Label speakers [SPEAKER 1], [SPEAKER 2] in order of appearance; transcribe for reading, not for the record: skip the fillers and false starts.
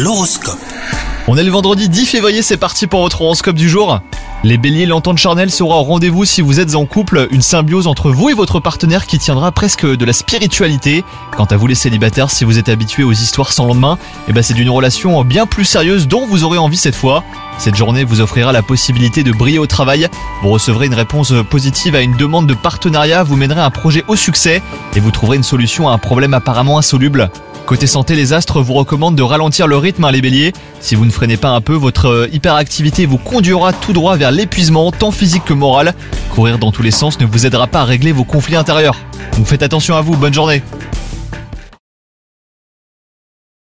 [SPEAKER 1] L'horoscope.
[SPEAKER 2] On est le vendredi 10 février, c'est parti pour votre horoscope du jour. Les béliers, l'entente charnelle sera au rendez-vous si vous êtes en couple, une symbiose entre vous et votre partenaire qui tiendra presque de la spiritualité. Quant à vous les célibataires, si vous êtes habitués aux histoires sans lendemain, c'est d'une relation bien plus sérieuse dont vous aurez envie cette fois. Cette journée vous offrira la possibilité de briller au travail, vous recevrez une réponse positive à une demande de partenariat, vous mènerez un projet au succès et vous trouverez une solution à un problème apparemment insoluble. Côté santé, les astres vous recommandent de ralentir le rythme, les béliers. Si vous ne freinez pas un peu, votre hyperactivité vous conduira tout droit vers l'épuisement, tant physique que moral. Courir dans tous les sens ne vous aidera pas à régler vos conflits intérieurs. Donc faites attention à vous, bonne journée.